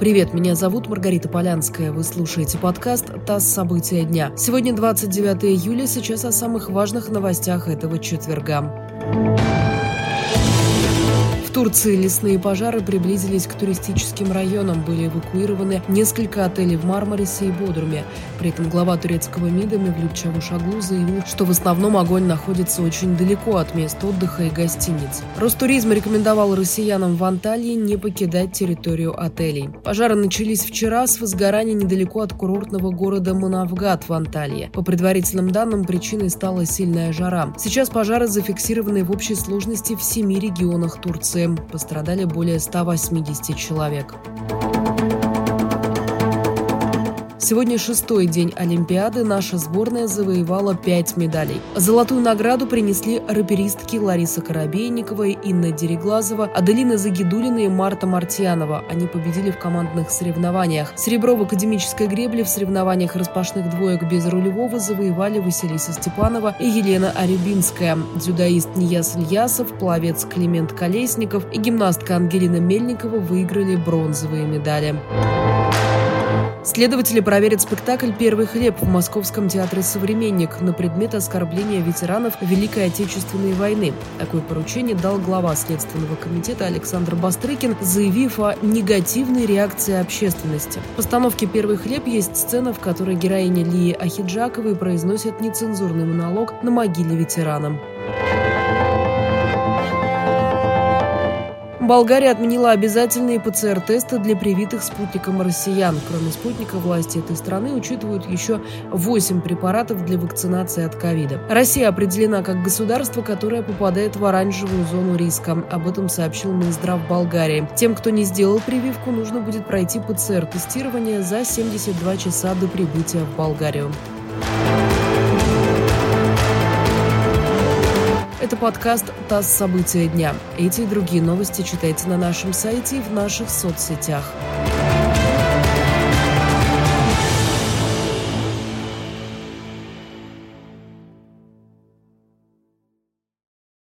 Привет, меня зовут Маргарита Полянская. Вы слушаете подкаст «ТАСС. События дня». Сегодня 29 июля, сейчас о самых важных новостях этого четверга. В Турции лесные пожары приблизились к туристическим районам. Были эвакуированы несколько отелей в Мармарисе и Бодруме. При этом глава турецкого МИДа Мевлют Чавушоглу заявил, что в основном огонь находится очень далеко от мест отдыха и гостиниц. Ростуризм рекомендовал россиянам в Анталии не покидать территорию отелей. Пожары начались вчера с возгорания недалеко от курортного города Манавгат в Анталии. По предварительным данным, причиной стала сильная жара. Сейчас пожары зафиксированы в общей сложности в 7 регионах Турции. Пострадали более 180 человек. Сегодня 6-й день Олимпиады. Наша сборная завоевала 5 медалей. Золотую награду принесли раперистки Лариса Коробейникова и Инна Дереглазова, Аделина Загидулина и Марта Мартьянова. Они победили в командных соревнованиях. Серебро в академической гребле в соревнованиях распашных двоек без рулевого завоевали Василиса Степанова и Елена Арюбинская. Дзюдоист Нияз Ильясов, пловец Климент Колесников и гимнастка Ангелина Мельникова выиграли бронзовые медали. Следователи проверят спектакль «Первый хлеб» в Московском театре «Современник» на предмет оскорбления ветеранов Великой Отечественной войны. Такое поручение дал глава Следственного комитета Александр Бастрыкин, заявив о негативной реакции общественности. В постановке «Первый хлеб» есть сцена, в которой героиня Лии Ахиджаковой произносит нецензурный монолог на могиле ветерана. Болгария отменила обязательные ПЦР-тесты для привитых спутником россиян. Кроме спутника, власти этой страны учитывают еще 8 препаратов для вакцинации от ковида. Россия определена как государство, которое попадает в оранжевую зону риска. Об этом сообщил Минздрав Болгарии. Тем, кто не сделал прививку, нужно будет пройти ПЦР-тестирование за 72 часа до прибытия в Болгарию. Это подкаст «ТАСС. События дня». Эти и другие новости читайте на нашем сайте и в наших соцсетях.